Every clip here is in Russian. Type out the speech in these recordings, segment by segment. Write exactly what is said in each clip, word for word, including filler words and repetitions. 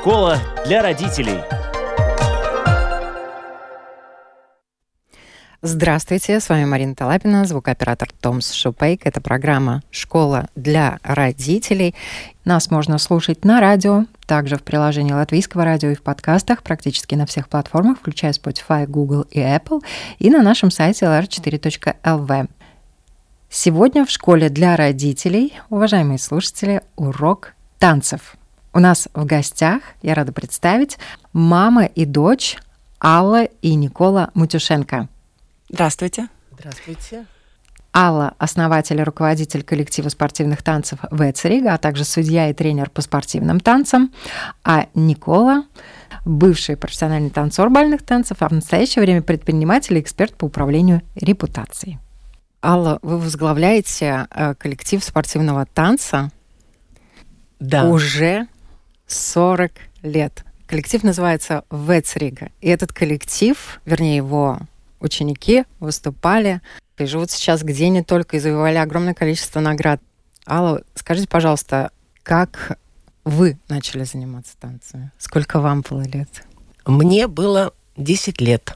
Школа для родителей. Здравствуйте, с вами Марина Талапина, звукооператор Томс Шупейк. Это программа «Школа для родителей». Нас можно слушать на радио, также в приложении Латвийского радио и в подкастах практически на всех платформах, включая Spotify, Google и Apple, и на нашем сайте эл ар четыре точка эл ви. Сегодня в «Школе для родителей», уважаемые слушатели, урок танцев. У нас в гостях, я рада представить, мама и дочь Алла и Никола Мутюшенко. Здравствуйте. Здравствуйте. Алла – основатель и руководитель коллектива спортивных танцев Вецерига, а также судья и тренер по спортивным танцам. А Никола – бывший профессиональный танцор бальных танцев, а в настоящее время предприниматель и эксперт по управлению репутацией. Алла, вы возглавляете коллектив спортивного танца да. уже сорок лет. Коллектив называется Вецерига. И этот коллектив, вернее его ученики, выступали и живут сейчас где не только, и завоевали огромное количество наград. Алла, скажите, пожалуйста, как вы начали заниматься танцами? Сколько вам было лет? Мне было десять лет.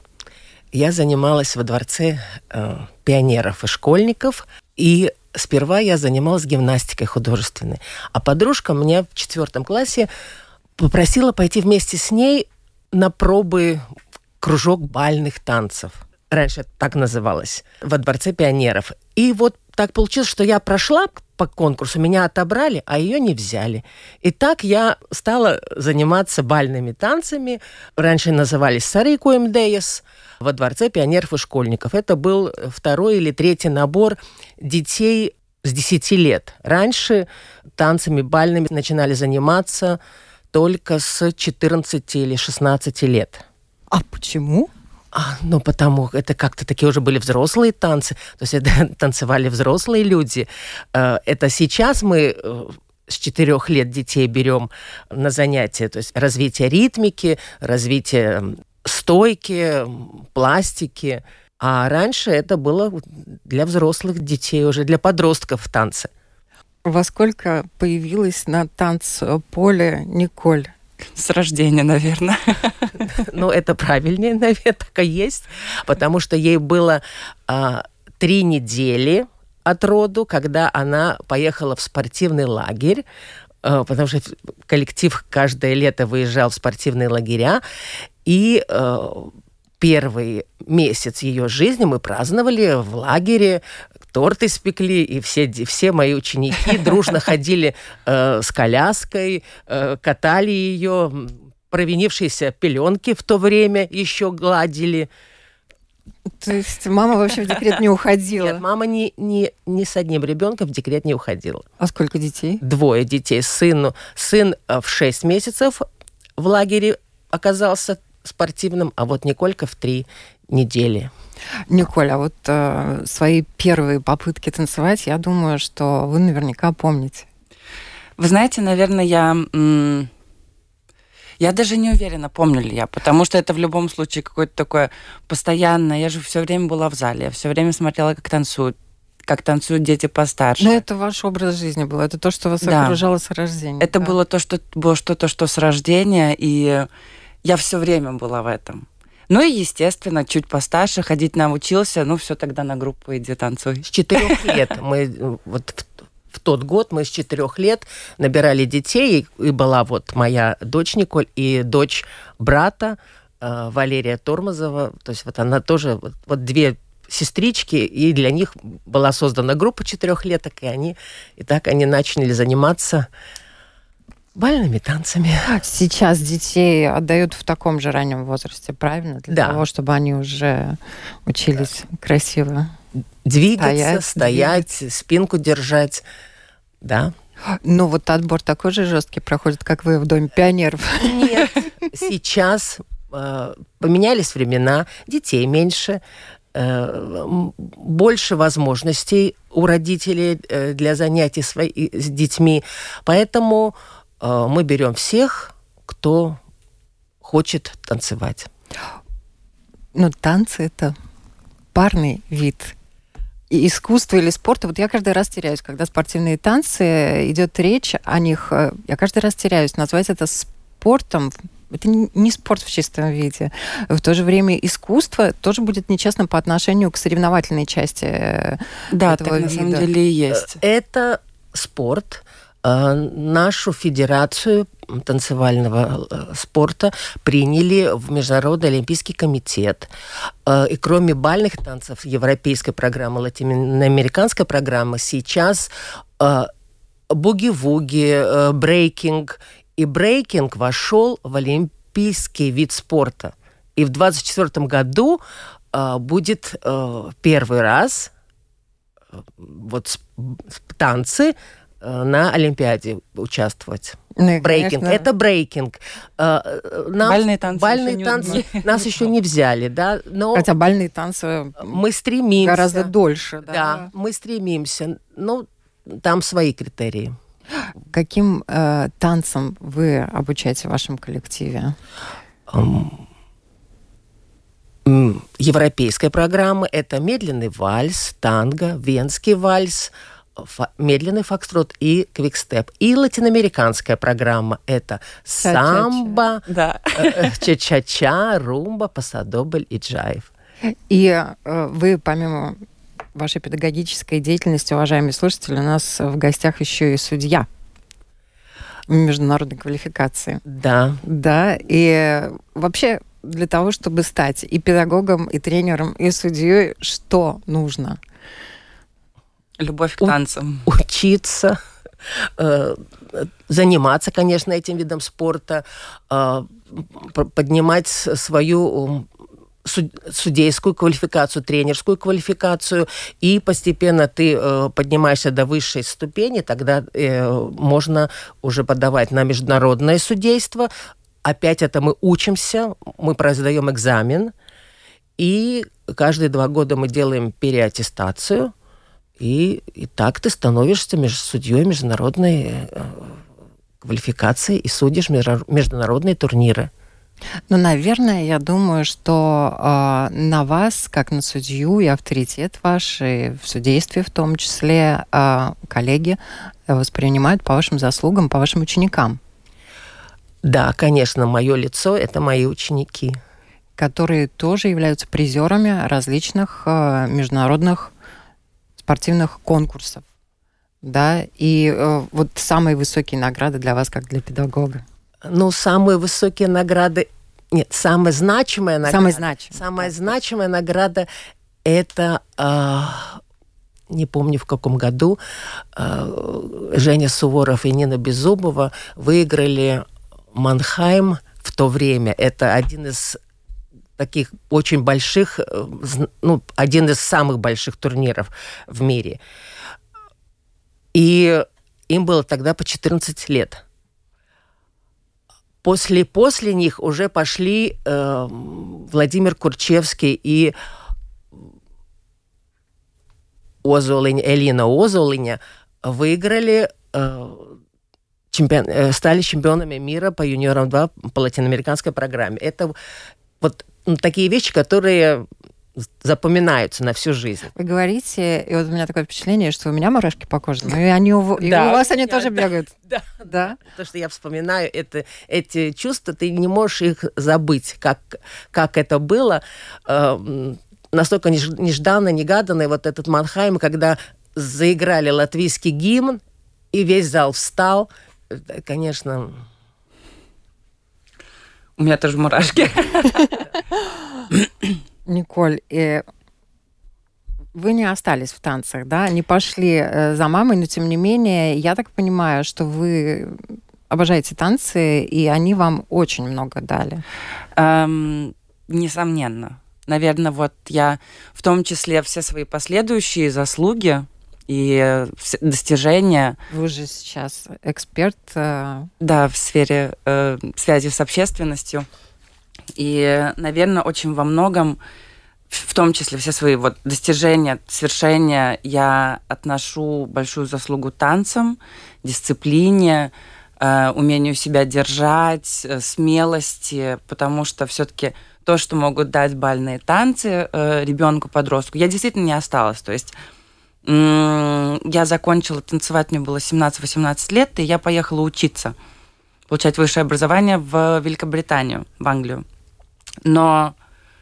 Я занималась во дворце э, пионеров и школьников, и сперва я занималась гимнастикой художественной. А подружка меня в четвертом классе попросила пойти вместе с ней на пробы в кружок бальных танцев. Раньше это так называлось, во Дворце пионеров. И вот так получилось, что я прошла по конкурсу, меня отобрали, а ее не взяли. И так я стала заниматься бальными танцами. Раньше назывались «Сарикуэмдеяс», во Дворце пионеров и школьников. Это был второй или третий набор детей с десяти лет. Раньше танцами бальными начинали заниматься только с четырнадцати или шестнадцати лет. А почему? А, ну, потому это как-то такие уже были взрослые танцы, то есть это танцевали взрослые люди. Это сейчас мы с четырех лет детей берем на занятия, то есть развитие ритмики, развитие стойки, пластики. А раньше это было для взрослых детей, уже для подростков танцы. Во сколько появилась на танцполе Николь? С рождения, наверное. Ну, это правильнее, наверное, так и есть. Потому что ей было а, три недели от роду, когда она поехала в спортивный лагерь, а, потому что коллектив каждое лето выезжал в спортивные лагеря. И а, первый месяц ее жизни мы праздновали в лагере, торт испекли, и все, все мои ученики дружно ходили э, с коляской, э, катали ее, провинившиеся пеленки в то время еще гладили. То есть мама вообще в декрет не уходила? Нет, мама ни, ни, ни с одним ребенком в декрет не уходила. А сколько детей? Двое детей. Сыну, сын в шесть месяцев в лагере оказался спортивным, а вот Николька в три недели. Николь, а вот э, свои первые попытки танцевать, я думаю, что вы наверняка помните. Вы знаете, наверное, я... М- я даже не уверена, помню ли я, потому что это в любом случае какое-то такое постоянное... Я же все время была в зале, я все время смотрела, как танцуют, как танцуют дети постарше. Но это ваш образ жизни был, это то, что вас да. окружало с рождения. Это да? было то, что было что-то, что с рождения, и я все время была в этом. Ну и, естественно, чуть постарше ходить научился, ну все, тогда на группу иди танцуй. С четырех лет мы, вот в, в тот год мы с четырех лет набирали детей, и была вот моя дочь Николь и дочь брата э, Валерия Тормозова, то есть вот она тоже, вот, вот две сестрички, и для них была создана группа четырехлеток, и они, и так они начали заниматься бальными танцами. Сейчас детей отдают в таком же раннем возрасте, правильно? Для да. того, чтобы они уже учились да. красиво двигаться, стоять, стоять двигаться. Спинку держать. Да. Ну, вот отбор такой же жесткий проходит, как вы в Доме пионеров. Нет. Сейчас э, поменялись времена, детей меньше, э, больше возможностей у родителей э, для занятий свои, с детьми. Поэтому мы берем всех, кто хочет танцевать. Ну, танцы – это парный вид искусства или спорта. Вот я каждый раз теряюсь, когда спортивные танцы, идет речь о них, я каждый раз теряюсь. Назвать это спортом, это не спорт в чистом виде. В то же время искусство тоже будет нечестным по отношению к соревновательной части да, этого так вида. На самом деле и есть. Это спорт. Нашу федерацию танцевального спорта приняли в Международный олимпийский комитет. И кроме бальных танцев, европейской программы, латиноамериканской программы, сейчас буги-вуги, брейкинг. И брейкинг вошел в олимпийский вид спорта. И в двадцать четвёртом году будет первый раз вот танцы на Олимпиаде участвовать. Ну, брейкинг. Конечно. Это брейкинг. Нам бальные танцы, бальные еще танцы не... нас еще не взяли, да. Но хотя бальные танцы мы стремимся. Гораздо дольше. Да, да мы стремимся. Но там свои критерии. Каким э, танцам вы обучаете в вашем коллективе? Европейская программа – это медленный вальс, танго, венский вальс, фа- медленный фокстрот и квикстеп. И латиноамериканская программа – это самбо, да. э, ча-ча-ча, румба, пасадобль и джайв. И э, вы, помимо вашей педагогической деятельности, уважаемые слушатели, у нас в гостях еще и судья международной квалификации. Да. Да, и вообще для того, чтобы стать и педагогом, и тренером, и судьей, что нужно? Любовь к танцам. У- учиться, э, заниматься, конечно, этим видом спорта, э, поднимать свою судейскую квалификацию, тренерскую квалификацию, и постепенно ты э, поднимаешься до высшей ступени, тогда э, можно уже подавать на международное судейство. Опять это мы учимся, мы сдаем экзамен, и каждые два года мы делаем переаттестацию, и, и так ты становишься меж, судьей международной э, квалификации и судишь международные турниры. Ну, наверное, я думаю, что э, на вас, как на судью, и авторитет ваш, и в судействе в том числе, э, коллеги воспринимают по вашим заслугам, по вашим ученикам. Да, конечно, мое лицо – это мои ученики. Которые тоже являются призерами различных э, международных спортивных конкурсов. Да? И э, вот самые высокие награды для вас, как для педагога. Ну, самые высокие награды... Нет, самая значимая награда... Самая значимая. Самая значимая награда – это... Э, не помню, в каком году э, Женя Суворов и Нина Беззубова выиграли Манхайм в то время. Это один из таких очень больших... Ну, один из самых больших турниров в мире. И им было тогда по четырнадцать лет. После, после них уже пошли э, Владимир Курчевский и Озолинь, Элина Озолиня выиграли, э, чемпион, э, стали чемпионами мира по юниорам два по латиноамериканской программе. Это вот ну, такие вещи, которые запоминаются на всю жизнь. Вы говорите, и вот у меня такое впечатление, что у меня мурашки по коже, но и, они у, и да, у вас они я, тоже да, бегают. Да, да. То, что я вспоминаю, это, эти чувства, ты не можешь их забыть, как, как это было. Э, настолько нежданно, негаданно, вот этот Манхайм, когда заиграли латвийский гимн, и весь зал встал, это, конечно... У меня тоже мурашки. Николь, э, вы не остались в танцах, да, не пошли э, за мамой, но тем не менее, я так понимаю, что вы обожаете танцы, и они вам очень много дали. Эм, несомненно. Наверное, вот я в том числе все свои последующие заслуги и достижения... Вы же сейчас эксперт. Э... Да, в сфере э, связи с общественностью. И, наверное, очень во многом, в том числе все свои вот достижения, свершения, я отношу большую заслугу танцам, дисциплине, э, умению себя держать, э, смелости, потому что все-таки то, что могут дать бальные танцы э, ребенку-подростку, я действительно не осталась. То есть э, я закончила танцевать, мне было семнадцать-восемнадцать лет, и я поехала учиться. получать высшее образование в Великобританию, в Англию. Но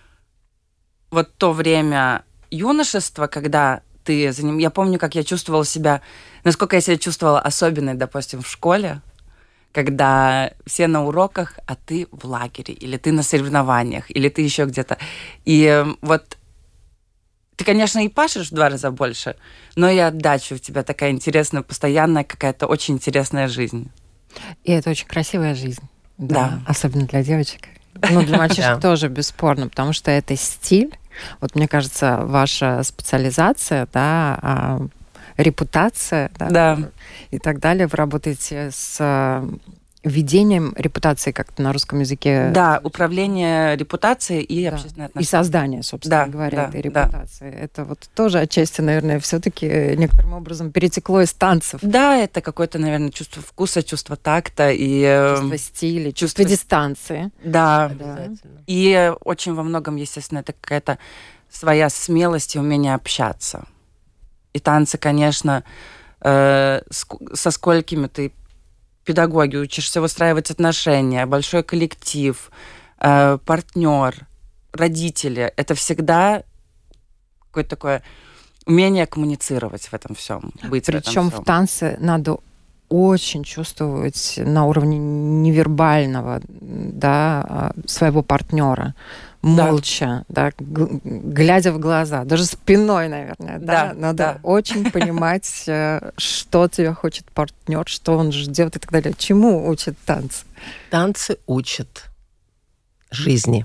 вот то время юношества, когда ты за ним... Я помню, как я чувствовала себя... Насколько я себя чувствовала особенной, допустим, в школе, когда все на уроках, а ты в лагере, или ты на соревнованиях, или ты еще где-то. И вот ты, конечно, и пашешь в два раза больше, но и отдача у тебя такая интересная, постоянная какая-то очень интересная жизнь. И это очень красивая жизнь. Да. Да. Особенно для девочек. Ну, для мальчишек тоже бесспорно, потому что это стиль. Вот мне кажется, ваша специализация, да, репутация, да, Да. и так далее. Вы работаете с ведением репутации, как-то на русском языке. Да, управление репутацией и Да. общественные И отношения. создание, собственно Да, говоря, да, этой да. репутации. Это вот тоже отчасти, наверное, все-таки некоторым образом перетекло из танцев. Да, это какое-то, наверное, чувство вкуса, чувство такта и... Чувство стиля, чувство, чувство дистанции. Да. Обязательно. И очень во многом, естественно, это какая-то своя смелость и умение общаться. И танцы, конечно, э, ск- со сколькими ты педагоги, учишься выстраивать отношения, большой коллектив, э, партнер, родители. Это всегда какое-то такое умение коммуницировать в этом всем, быть Причем в этом в всем. танце надо очень чувствовать на уровне невербального, да, своего партнера, молча, да, г- глядя в глаза, даже спиной, наверное, да, Да, надо да. очень понимать, что тебя хочет партнер, что он ждет и так далее. Чему учат танцы? Танцы учат жизни.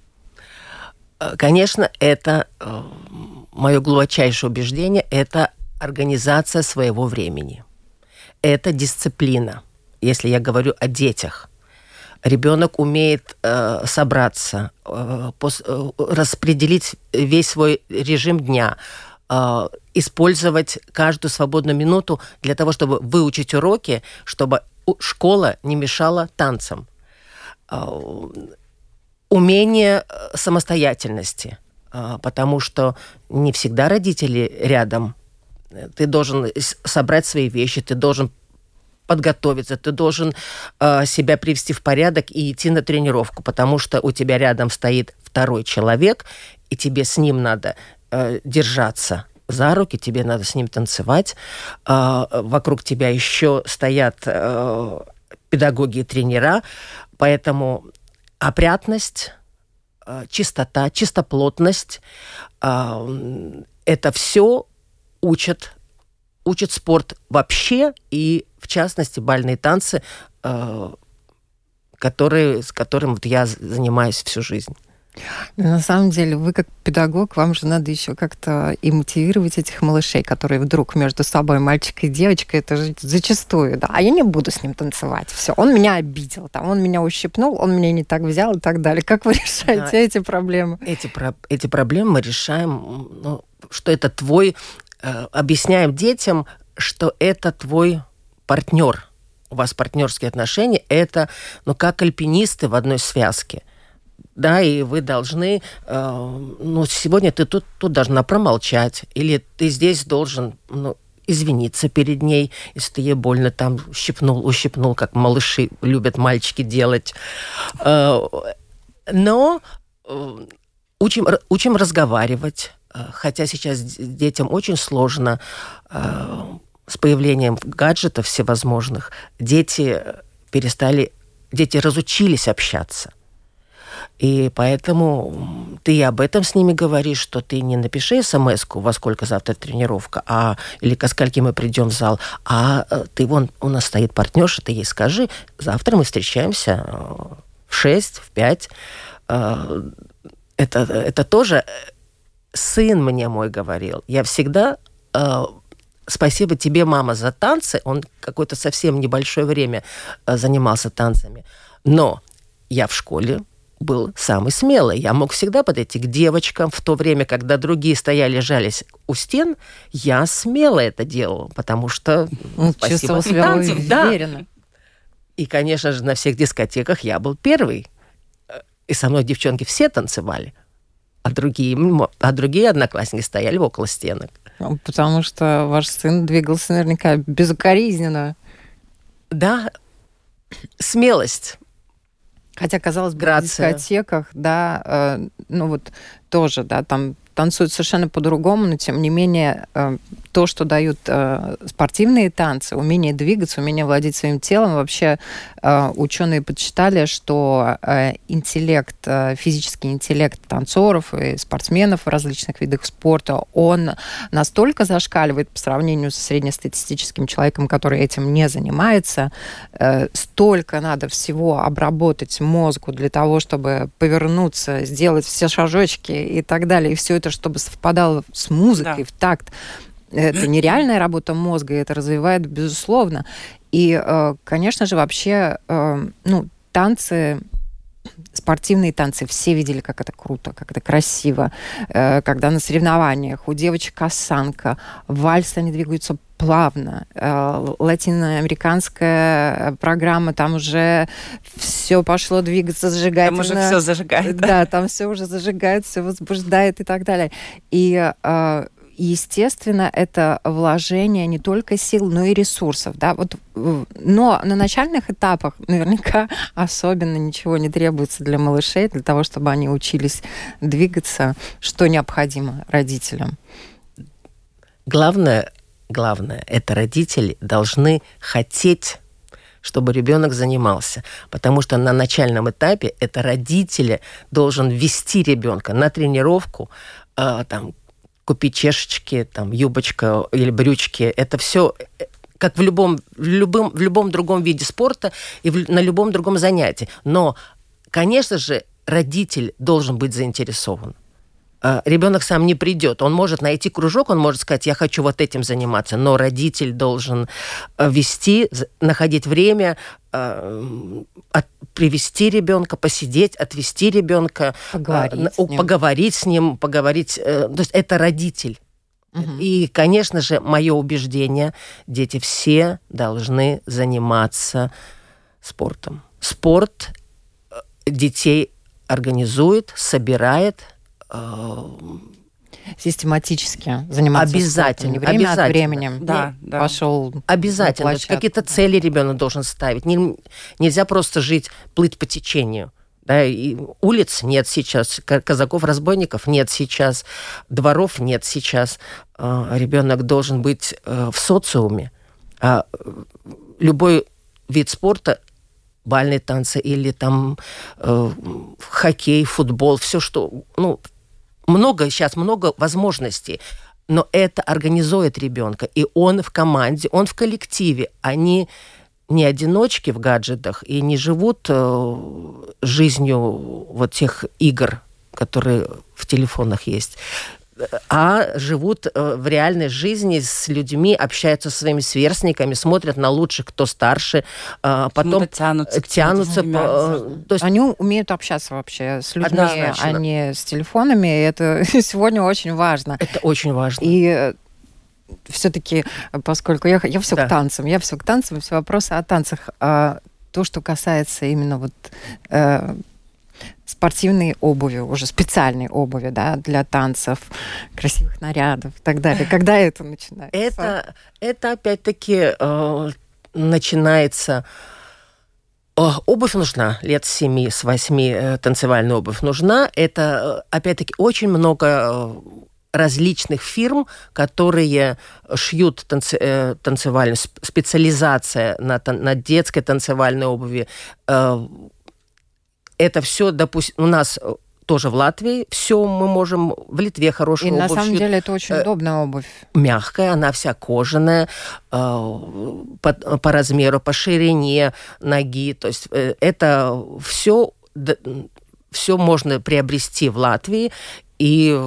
Э, Конечно, это э, мое глубочайшее убеждение, это организация своего времени. Это дисциплина, если я говорю о детях. Ребенок умеет э, собраться, э, пос, э, распределить весь свой режим дня, э, использовать каждую свободную минуту для того, чтобы выучить уроки, чтобы у- школа не мешала танцам. Э, умение э, самостоятельности, э, потому что не всегда родители рядом. Ты должен с- собрать свои вещи, ты должен подготовиться, ты должен э, себя привести в порядок и идти на тренировку, потому что у тебя рядом стоит второй человек, и тебе с ним надо э, держаться за руки, тебе надо с ним танцевать. Э, вокруг тебя еще стоят э, педагоги и тренера, поэтому опрятность, э, чистота, чистоплотность э, это все учат учат спорт вообще и, в частности, бальные танцы, э, которые, с которым вот я занимаюсь всю жизнь. На самом деле, вы как педагог, вам же надо еще как-то и мотивировать этих малышей, которые вдруг между собой, мальчик и девочка, это же зачастую, да, а я не буду с ним танцевать, все, он меня обидел, там, он меня ущипнул, он меня не так взял и так далее. Как вы решаете Да. эти проблемы? Эти, про- эти проблемы мы решаем, ну, что это твой... э, объясняем детям, что это твой партнер. У вас партнерские отношения, это, ну, как альпинисты в одной связке. Да, и вы должны, э, ну, сегодня ты тут, тут должна промолчать, или ты здесь должен, ну, извиниться перед ней, если ты ей больно там щипнул, ущипнул, как малыши любят мальчики делать. Э, но э, учим, р- учим разговаривать, э, хотя сейчас д- детям очень сложно э, с появлением гаджетов всевозможных. Дети перестали, дети разучились общаться. И поэтому ты об этом с ними говоришь, что ты не напиши смс-ку, во сколько завтра тренировка, а, или ко скольки мы придем в зал, а э, ты вон, у нас стоит партнерша, ты ей скажи, завтра мы встречаемся э, в шесть, в пять. Э, это, это тоже сын мне мой говорил. Я всегда... э, Спасибо тебе, мама, за танцы. Он какое-то совсем небольшое время э, занимался танцами. Но я в школе был самый смелый. Я мог всегда подойти к девочкам. В то время, когда другие стояли, жались у стен, я смело это делал, потому что... Он спасибо чувствовал себя танцам, да. уверенно. И, конечно же, на всех дискотеках я был первый. И со мной девчонки все танцевали. А другие, м, а другие одноклассники стояли около стенок. Потому что ваш сын двигался наверняка безукоризненно. Да, смелость. Хотя, казалось бы, Грация. в дискотеках, да, э, ну вот тоже, да, там танцуют совершенно по-другому, но тем не менее э, то, что дают э, спортивные танцы, умение двигаться, умение владеть своим телом, вообще э, ученые подсчитали, что э, интеллект, э, физический интеллект танцоров и спортсменов в различных видах спорта, он настолько зашкаливает по сравнению со среднестатистическим человеком, который этим не занимается, э, столько надо всего обработать мозгу для того, чтобы повернуться, сделать все шажочки и так далее, и все это, чтобы совпадало с музыкой, да, в такт. Это нереальная работа мозга, и это развивает, безусловно. И, конечно же, вообще, ну, танцы, спортивные танцы, все видели, как это круто, как это красиво. Когда на соревнованиях у девочек осанка, вальс, они двигаются плавно. Латиноамериканская программа, там уже все пошло двигаться зажигательно. Там уже все зажигает. Да, да, там все уже зажигает, все возбуждает и так далее. И естественно, это вложение не только сил, но и ресурсов. Да? Вот, но на начальных этапах наверняка особенно ничего не требуется для малышей, для того, чтобы они учились двигаться, что необходимо родителям. Главное, главное, это родители должны хотеть, чтобы ребенок занимался. Потому что на начальном этапе это родители должен вести ребенка на тренировку, э, там, купить чешечки, там, юбочка или брючки. Это все как в любом, в любом, в любом другом виде спорта и в, на любом другом занятии. Но, конечно же, родитель должен быть заинтересован. Ребенок сам не придет. Он может найти кружок, он может сказать, я хочу вот этим заниматься, но родитель должен вести, находить время, привести ребенка, посидеть, отвести ребенка, поговорить с ним, поговорить с ним, поговорить. То есть это родитель. Угу. И, конечно же, мое убеждение, дети все должны заниматься спортом. Спорт детей организует, собирает, систематически заниматься обязательно, спортом. Не время обязательно. от времени. Да, да. Пошел. Обязательно. Какие-то цели ребенок должен ставить. Не, нельзя просто жить, плыть по течению. Да, и улиц нет сейчас, казаков-разбойников нет сейчас, дворов нет сейчас. Ребенок должен быть в социуме. Любой вид спорта, бальные танцы или там э, хоккей, футбол, все что, ну, много сейчас, много возможностей, но это организует ребенка, и он в команде, он в коллективе, они не одиночки в гаджетах и не живут э, жизнью вот тех игр, которые в телефонах есть, а живут в реальной жизни с людьми, общаются со своими сверстниками, смотрят на лучших, кто старше, потом тянутся. тянутся по, то есть они умеют общаться вообще с людьми, однозначно, а не с телефонами. И это сегодня очень важно. Это очень важно. И все-таки, поскольку я, я все да. к танцам, я все к танцам, все вопросы о танцах. А то, что касается именно вот... Э, спортивной обуви, уже специальной обуви, да, для танцев, красивых нарядов и так далее. Когда это начинается? Это, это опять-таки э, начинается... О, обувь нужна. Лет с семи, с восьми э, танцевальная обувь нужна. Это, опять-таки, очень много э, различных фирм, которые шьют танце, э, танцевальную... Специализация на, на детской танцевальной обуви. Э, Это все, допустим, у нас тоже в Латвии все мы можем, в Литве хорошая и обувь. И на самом шьют. деле это очень удобная обувь. Мягкая, она вся кожаная, по, по размеру, по ширине ноги. То есть это все, все можно приобрести в Латвии, и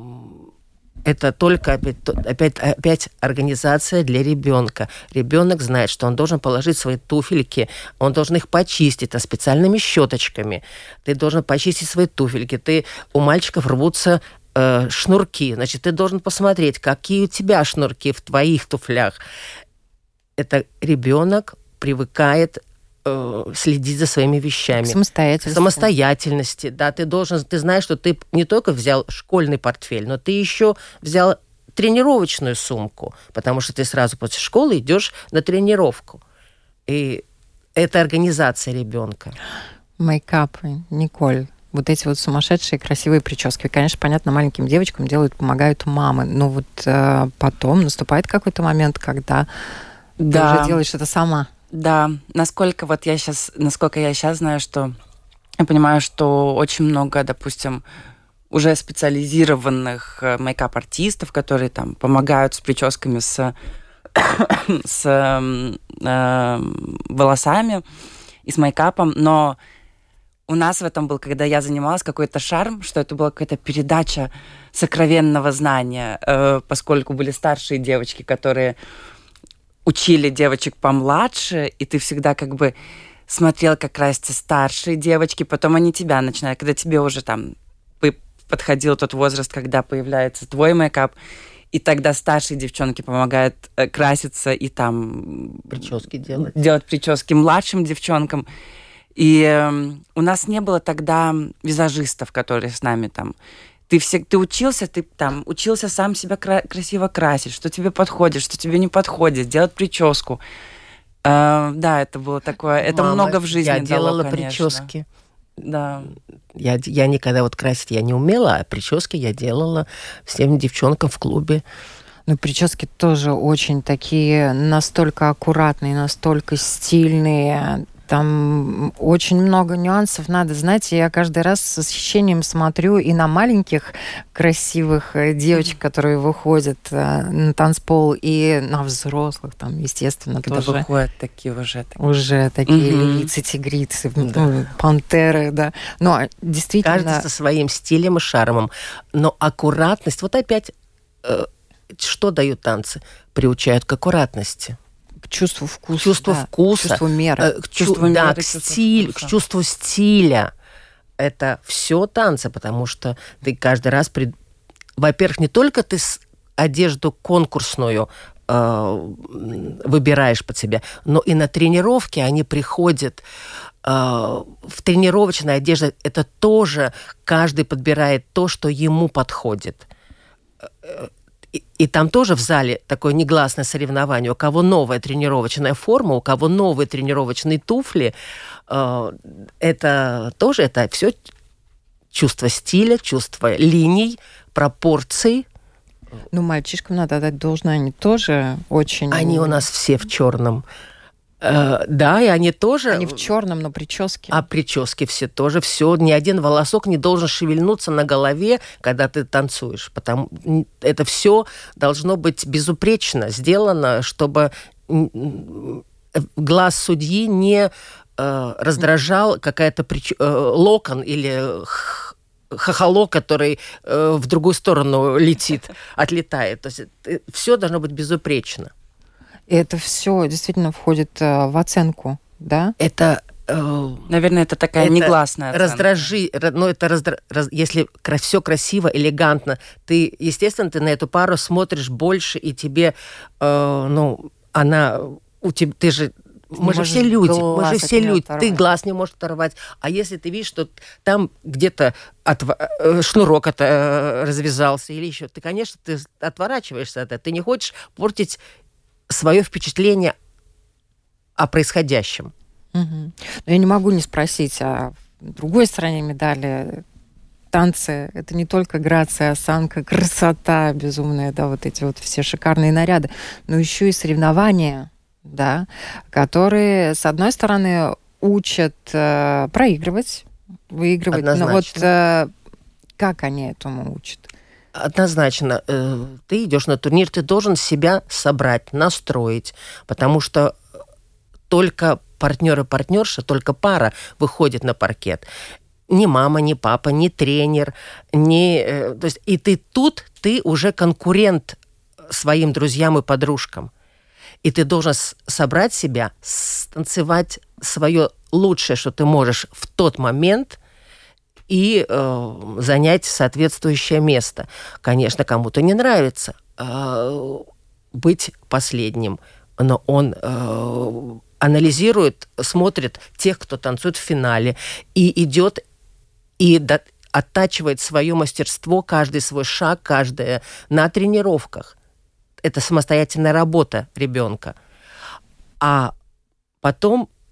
это только опять, опять, опять организация для ребенка. Ребенок знает, что он должен положить свои туфельки, он должен их почистить а специальными щеточками. Ты должен почистить свои туфельки. Ты, у мальчиков рвутся э, шнурки. Значит, ты должен посмотреть, какие у тебя шнурки в твоих туфлях. Это ребенок привыкает следить за своими вещами. Самостоятельности. Самостоятельности, да. Ты должен, ты знаешь, что ты не только взял школьный портфель, но ты еще взял тренировочную сумку, потому что ты сразу после школы идешь на тренировку. И это организация ребенка. Мейкапы, Николь. Вот эти вот сумасшедшие красивые прически. Конечно, понятно, маленьким девочкам делают, помогают мамы. Но вот э, потом наступает какой-то момент, когда да. ты уже делаешь это сама. Да. Насколько вот я сейчас, насколько я сейчас знаю, что я понимаю, что очень много, допустим, уже специализированных мейкап-артистов, которые там помогают с прическами, с, с э, волосами и с мейкапом, но у нас в этом был, когда я занималась, какой-то шарм, что это была какая-то передача сокровенного знания, э, поскольку были старшие девочки, которые учили девочек помладше, и ты всегда как бы смотрел, как красятся старшие девочки, потом они тебя начинают, когда тебе уже там подходил тот возраст, когда появляется твой мейкап, и тогда старшие девчонки помогают э, краситься и там... Прически делать. Делать прически младшим девчонкам. И э, у нас не было тогда визажистов, которые с нами там... Ты, все, ты учился, ты там учился сам себя кра- красиво красить, что тебе подходит, что тебе не подходит, делать прическу. Э, да, это было такое... Это Мама, много в жизни я дало, делала конечно. Прически. Да. Я, я никогда вот красить я не умела, а прически я делала всем девчонкам в клубе. Ну, прически тоже очень такие, настолько аккуратные, настолько стильные. Там очень много нюансов надо. Знаете, я каждый раз с восхищением смотрю и на маленьких красивых девочек, которые выходят на танцпол, и на взрослых, там, естественно, когда тоже. выходят такие уже. Такие. Уже такие угу. львицы, тигрицы, да. пантеры, да. Но действительно... Каждый со своим стилем и шармом. Но аккуратность... Вот опять, э, что дают танцы? Приучают к аккуратности. К чувству вкуса. К чувству да. вкуса. К чувству меры. К, чувству, да, меры, к, стиль, к чувству стиля. Это все танцы, потому что ты каждый раз... При... Во-первых, не только ты одежду конкурсную э, выбираешь под себя, но и на тренировке они приходят... Э, в тренировочной одежде это тоже каждый подбирает то, что ему подходит. И, и там тоже в зале такое негласное соревнование. У кого новая тренировочная форма, у кого новые тренировочные туфли. Э, это тоже это все чувство стиля, чувство линий, пропорций. Ну, мальчишкам надо отдать должное, они тоже очень... Они у нас все в черном. Uh, да, и они тоже... Они в черном, но прически. А прически все тоже. Все, ни один волосок не должен шевельнуться на голове, когда ты танцуешь. Потому это все должно быть безупречно сделано, чтобы глаз судьи не uh, раздражал какая-то прич... uh, локон или хохолок, который uh, в другую сторону летит, отлетает. То есть все должно быть безупречно. И это все действительно входит э, в оценку, да? Это, э, наверное, это такая это негласная оценка. Раздражи, ну это раздра, раз, если все красиво, элегантно, ты, естественно, ты на эту пару смотришь больше, и тебе, э, ну, она, у тебя, ты же, мы же все люди, мы же все люди, оторвать. Ты глаз не можешь оторвать, а если ты видишь, что там где-то отв... шнурок это развязался или еще, ты, конечно, ты отворачиваешься от этого, ты не хочешь портить свое впечатление о происходящем. Угу. Но я не могу не спросить, а в другой стороне медали танцы — это не только грация, осанка, красота безумная, да, вот эти вот все шикарные наряды, но еще и соревнования, да, которые, с одной стороны, учат э, проигрывать, выигрывать. Однозначно. Но вот э, как они этому учат? Однозначно. Ты идешь на турнир, ты должен себя собрать, настроить, потому что только партнер и партнерша, только пара выходит на паркет. Ни мама, ни папа, ни тренер, ни... То есть, и ты тут, ты уже конкурент своим друзьям и подружкам. И ты должен собрать себя, станцевать свое лучшее, что ты можешь в тот момент, и э, занять соответствующее место. Конечно, кому-то не нравится э, быть последним, но он э, анализирует, смотрит тех, кто танцует в финале, и идет и до, оттачивает свое мастерство, каждый свой шаг, каждое на тренировках. Это самостоятельная работа ребенка. А потом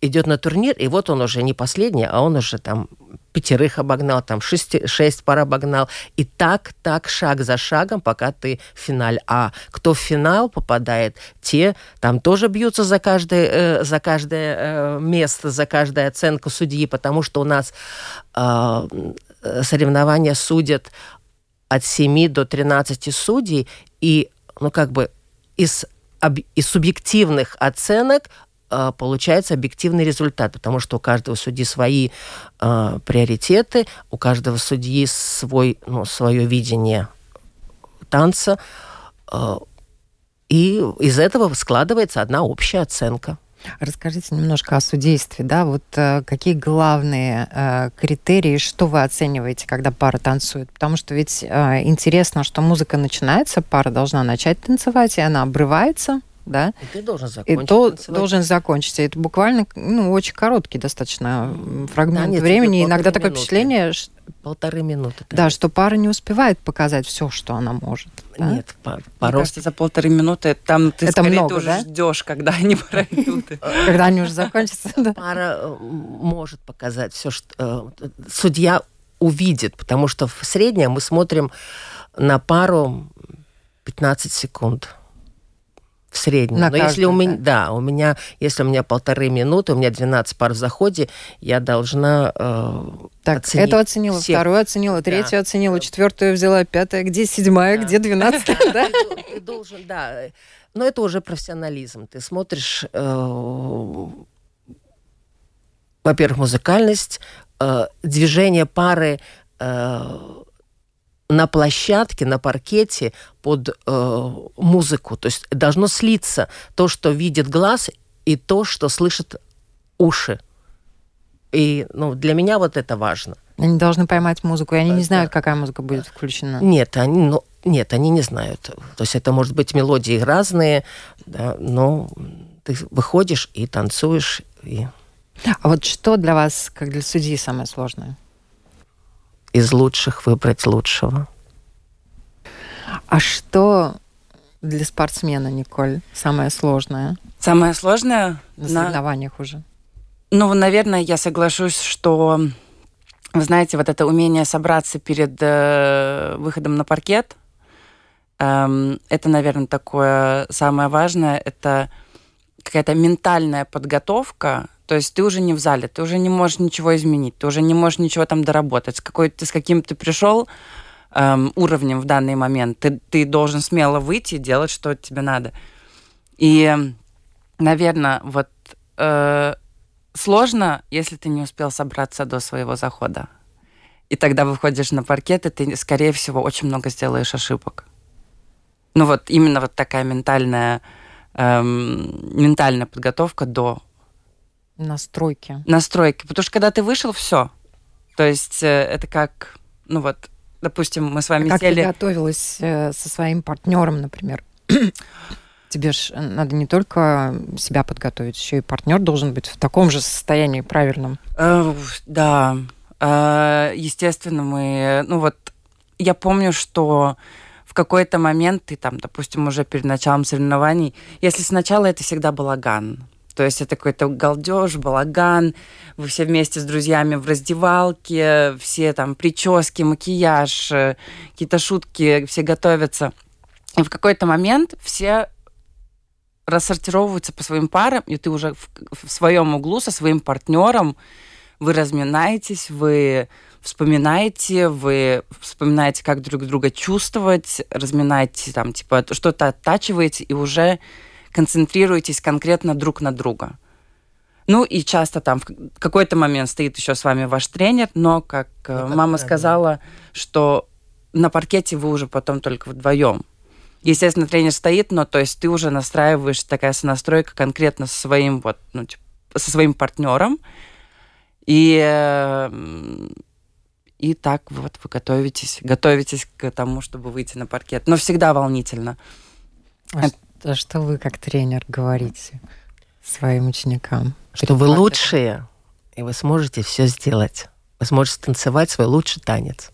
идет на турнир, и вот он уже не последний, а он уже там пятерых обогнал, там шесть, шесть пар обогнал. И так, так, шаг за шагом, пока ты в финале. А кто в финал попадает, те там тоже бьются за каждое, э, за каждое э, место, за каждую оценку судьи, потому что у нас э, соревнования судят от семи до тринадцати судей, и, ну, как бы из, об, из субъективных оценок э, получается объективный результат, потому что у каждого судьи свои э, приоритеты, у каждого судьи свой, ну, свое видение танца, э, и из этого складывается одна общая оценка. Расскажите немножко о судействе, да, вот э, какие главные э, критерии, что вы оцениваете, когда пара танцует? Потому что ведь э, интересно, что музыка начинается, пара должна начать танцевать, и она обрывается, да? И ты должен закончить. И то должен закончить. Это буквально, ну, очень короткий достаточно фрагмент, да, нет, времени. Иногда такое минуты. впечатление, что... Полторы минуты. Да, что пара не успевает показать все, что она может. Да? Нет, по, по Мне кажется, за полторы минуты там ты это скорее много, ты уже да? ждешь, когда они пройдут. Когда они уже закончатся. Пара может показать все, что судья увидит, потому что в среднем мы смотрим на пару пятнадцать секунд. В среднем. На Но каждую, если у меня, да? да, у меня, если у меня полторы минуты, у меня двенадцать пар в заходе, я должна э, так, оценить эту оценила, всех. Вторую оценила, третью да. оценила, четвертую взяла, пятая, где седьмая, да. где двенадцатая, да? Ты должен, да. Но это уже профессионализм. Ты смотришь, э, во-первых, музыкальность, э, движение пары э, на площадке, на паркете под э, музыку. То есть должно слиться то, что видит глаз, и то, что слышат уши. И ну, для меня вот это важно. Они должны поймать музыку, и они да. не знают, какая музыка будет включена. Нет, они, ну, нет, они не знают. То есть это, может быть, мелодии разные, да, но ты выходишь и танцуешь. И... А вот что для вас, как для судьи, самое сложное? Из лучших выбрать лучшего. А что для спортсмена, Николь, самое сложное? Самое сложное? На соревнованиях на... уже. Ну, наверное, я соглашусь, что, вы знаете, вот это умение собраться перед э, выходом на паркет, э, это, наверное, такое самое важное, это какая-то ментальная подготовка. То есть ты уже не в зале, ты уже не можешь ничего изменить, ты уже не можешь ничего там доработать. С, какой, ты, с каким ты пришел эм, уровнем в данный момент, ты, ты должен смело выйти и делать, что тебе надо. И, наверное, вот э, сложно, если ты не успел собраться до своего захода. И тогда выходишь на паркет, и ты, скорее всего, очень много сделаешь ошибок. Ну вот именно вот такая ментальная, эм, ментальная подготовка до Настройки. Настройки. Потому что когда ты вышел, все. То есть э, это как, ну вот, допустим, мы с вами как сели... Как ты готовилась э, со своим партнером, например? Тебе же надо не только себя подготовить, еще и партнер должен быть в таком же состоянии правильном. Э, да. Э, естественно, мы... Ну вот, я помню, что в какой-то момент ты там, допустим, уже перед началом соревнований, если сначала это всегда балаган, то есть это какой-то галдеж, балаган, вы все вместе с друзьями в раздевалке, все там прически, макияж, какие-то шутки, все готовятся. И в какой-то момент все рассортировываются по своим парам, и ты уже в, в своем углу со своим партнером, вы разминаетесь, вы вспоминаете, вы вспоминаете, как друг друга чувствовать, разминаете, там, типа, что-то оттачиваете, и уже концентрируетесь конкретно друг на друга. Ну и часто там в какой-то момент стоит еще с вами ваш тренер, но, как ну, мама как сказала, да. что на паркете вы уже потом только вдвоем. Естественно, тренер стоит, но то есть ты уже настраиваешь, такая сонастройка конкретно со своим, вот, ну, типа, со своим партнером. И, и так вот вы готовитесь, готовитесь к тому, чтобы выйти на паркет. Но всегда волнительно. А что вы, как тренер, говорите своим ученикам? Что вы лучшие, и вы сможете все сделать. Вы сможете танцевать свой лучший танец.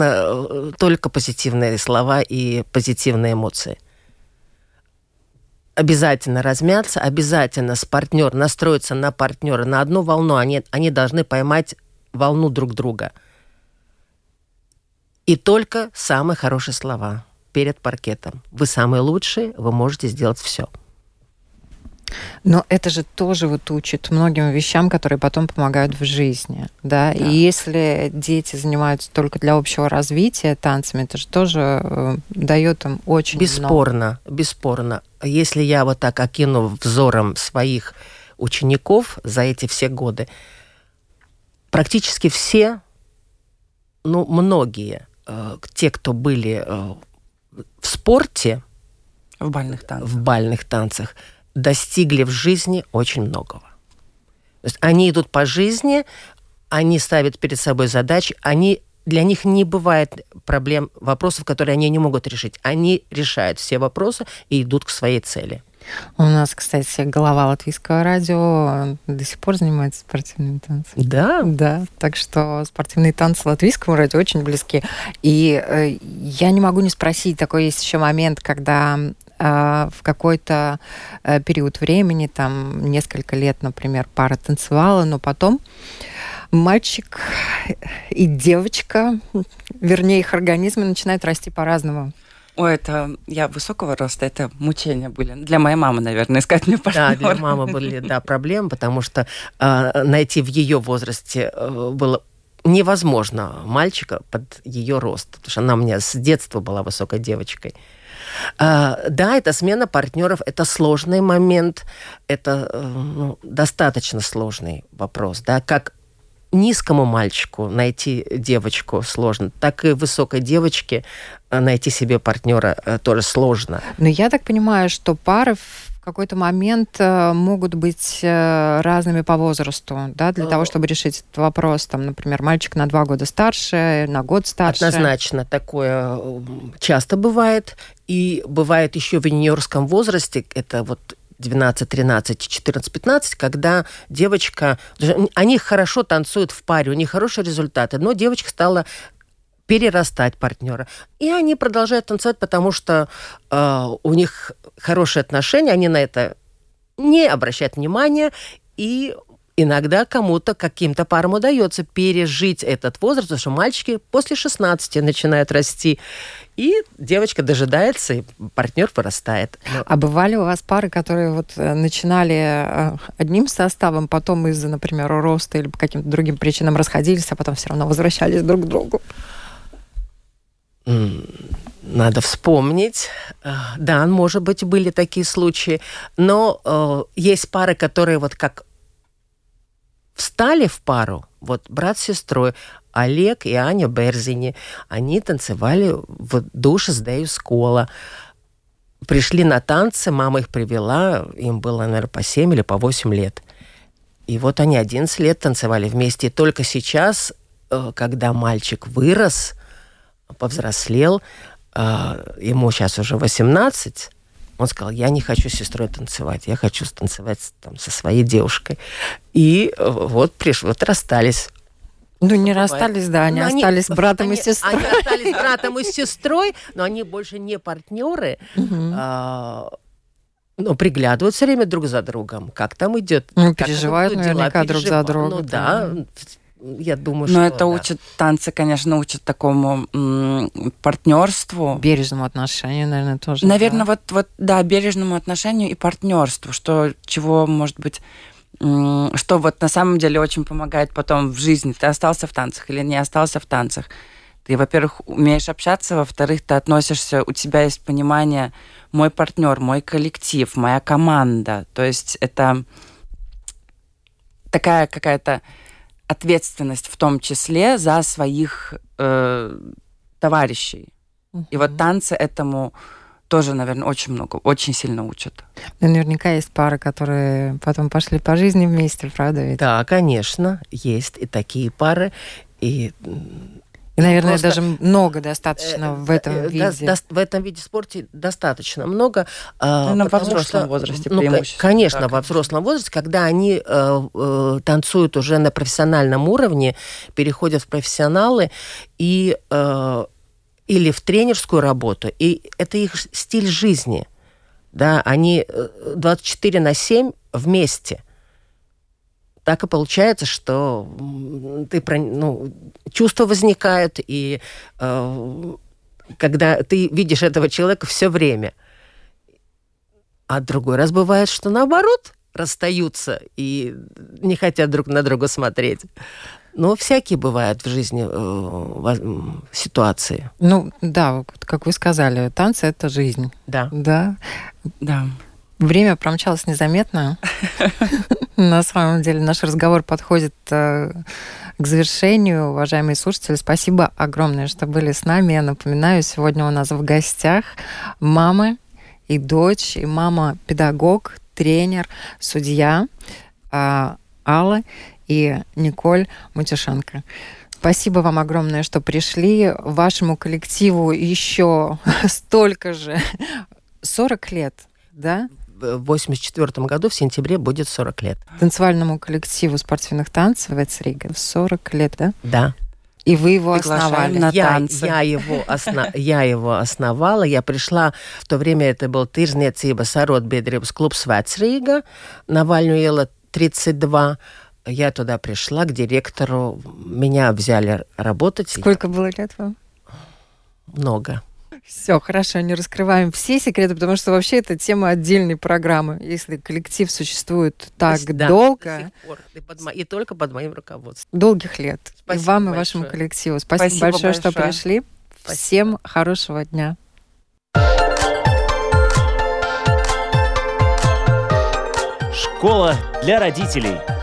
Конечно, только позитивные слова и позитивные эмоции. обязательно размяться, обязательно с партнером настроиться на партнера, на одну волну. Они, они должны поймать волну друг друга. И только самые хорошие слова перед паркетом. Вы самые лучшие, вы можете сделать все. Но это же тоже вот учит многим вещам, которые потом помогают в жизни, да? Да. И если дети занимаются только для общего развития танцами, это же тоже э, дает им очень бесспорно, много. Бесспорно. Если я вот так окину взором своих учеников за эти все годы, практически все, ну, многие, э, те, кто были э, в спорте, в бальных танцах, в бальных танцах, достигли в жизни очень многого. То есть они идут по жизни, они ставят перед собой задачи, они, для них не бывает проблем, вопросов, которые они не могут решить. Они решают все вопросы и идут к своей цели. У нас, кстати, глава Латвийского радио до сих пор занимается спортивными танцами. Да? Да, так что спортивные танцы Латвийскому радио очень близки. И э, я не могу не спросить, такой есть еще момент, когда э, в какой-то э, период времени, там несколько лет, например, пара танцевала, но потом мальчик и девочка, вернее, их организмы начинают расти по-разному. Ой, это я высокого роста, это мучения были. Для моей мамы, наверное, искать мне партнера. Да, для мамы были, да, проблемы, потому что э, найти в ее возрасте э, было невозможно мальчика под ее рост, потому что она у меня с детства была высокой девочкой. Э, да, это смена партнеров, это сложный момент, это э, ну, достаточно сложный вопрос, да, как низкому мальчику найти девочку сложно, так и высокой девочке найти себе партнера тоже сложно. Но я так понимаю, что пары в какой-то момент могут быть разными по возрасту, да, для того, чтобы решить этот вопрос. Там, например, мальчик на два года старше, на год старше. Однозначно, такое часто бывает. И бывает еще в юниорском возрасте, это вот двенадцать, тринадцать, четырнадцать, пятнадцать, когда девочка... Они хорошо танцуют в паре, у них хорошие результаты, но девочка стала перерастать партнера. И они продолжают танцевать, потому что э, у них хорошие отношения, они на это не обращают внимания, и иногда кому-то, каким-то парам удается пережить этот возраст, потому что мальчики после шестнадцати начинают расти, и девочка дожидается, и партнер вырастает. А бывали у вас пары, которые вот начинали одним составом, потом из-за, например, роста или по каким-то другим причинам расходились, а потом все равно возвращались друг к другу? Надо вспомнить. Да, может быть, были такие случаи. Но э, есть пары, которые вот как встали в пару, вот брат с сестрой, Олег и Аня Берзини, они танцевали в душе с Дею Скола. Пришли на танцы, мама их привела, им было, наверное, по семь или по восемь лет. И вот они одиннадцать лет танцевали вместе. И только сейчас, когда мальчик вырос, повзрослел, ему сейчас уже восемнадцать, он сказал, я не хочу с сестрой танцевать, я хочу танцевать там, со своей девушкой. И вот, приш... вот расстались. Ну, не расстались, да, они, они остались с братом они, и сестрой. Они остались с братом и сестрой, но они больше не партнеры, а, но приглядывают все время друг за другом. Как там идет? Ну, переживают наверняка друг за другом. Ну, да, я думаю, но что... Но это да. учат, танцы, конечно, учат такому м- партнерству. Бережному отношению, наверное, тоже. Наверное, да. вот, вот, да, бережному отношению и партнерству, что, чего, может быть, м- что вот на самом деле очень помогает потом в жизни. Ты остался в танцах или не остался в танцах. Ты, во-первых, умеешь общаться, во-вторых, ты относишься, у тебя есть понимание, мой партнер, мой коллектив, моя команда. То есть это такая какая-то ответственность в том числе за своих э, товарищей. Uh-huh. И вот танцы этому тоже, наверное, очень много, очень сильно учат. Наверняка есть пары, которые потом пошли по жизни вместе, правда ведь? Да, конечно, есть и такие пары. И, и наверное, просто, даже много достаточно в этом э, виде. Да, в этом виде спорта достаточно много. Ну, во взрослом что, возрасте ну, преимущественно. Конечно, так. во взрослом возрасте, когда они э, э, танцуют уже на профессиональном уровне, переходят в профессионалы и, э, или в тренерскую работу. И это их стиль жизни. Да, они двадцать четыре на семь вместе. Так и получается, что ты, ну, чувства возникают, и э, когда ты видишь этого человека все время. А другой раз бывает, что наоборот, расстаются и не хотят друг на друга смотреть. Но всякие бывают в жизни э, ситуации. Ну, да, как вы сказали, танцы — это жизнь. Да. Да. Да. Время промчалось незаметно. На самом деле наш разговор подходит к завершению. Уважаемые слушатели, спасибо огромное, что были с нами. Я напоминаю, сегодня у нас в гостях мама и дочь, и мама-педагог, тренер, судья Алла и Николь Матюшенко. Спасибо вам огромное, что пришли. Вашему коллективу еще столько же. сорок лет, да? В восемьдесят четвёртом году в сентябре будет сорок лет. Танцевальному коллективу спортивных танцев Вецрига сорок лет, да? Да. И вы его основали. На я, танцы. Я, его осно... я его основала. Я пришла, в то время это был Tirzniecības arotbiedrības клубs Vecrīga на Вальную Иела тридцать два. Я туда пришла к директору. Меня взяли работать. Сколько было лет вам? Много. Все, хорошо, не раскрываем все секреты, потому что вообще это тема отдельной программы. Если коллектив существует так да, долго... И, под мо... и только под моим руководством. Долгих лет. Спасибо и вам, большое. И вашему коллективу. Спасибо, Спасибо большое, большое, что пришли. Спасибо. Всем хорошего дня. Школа для родителей.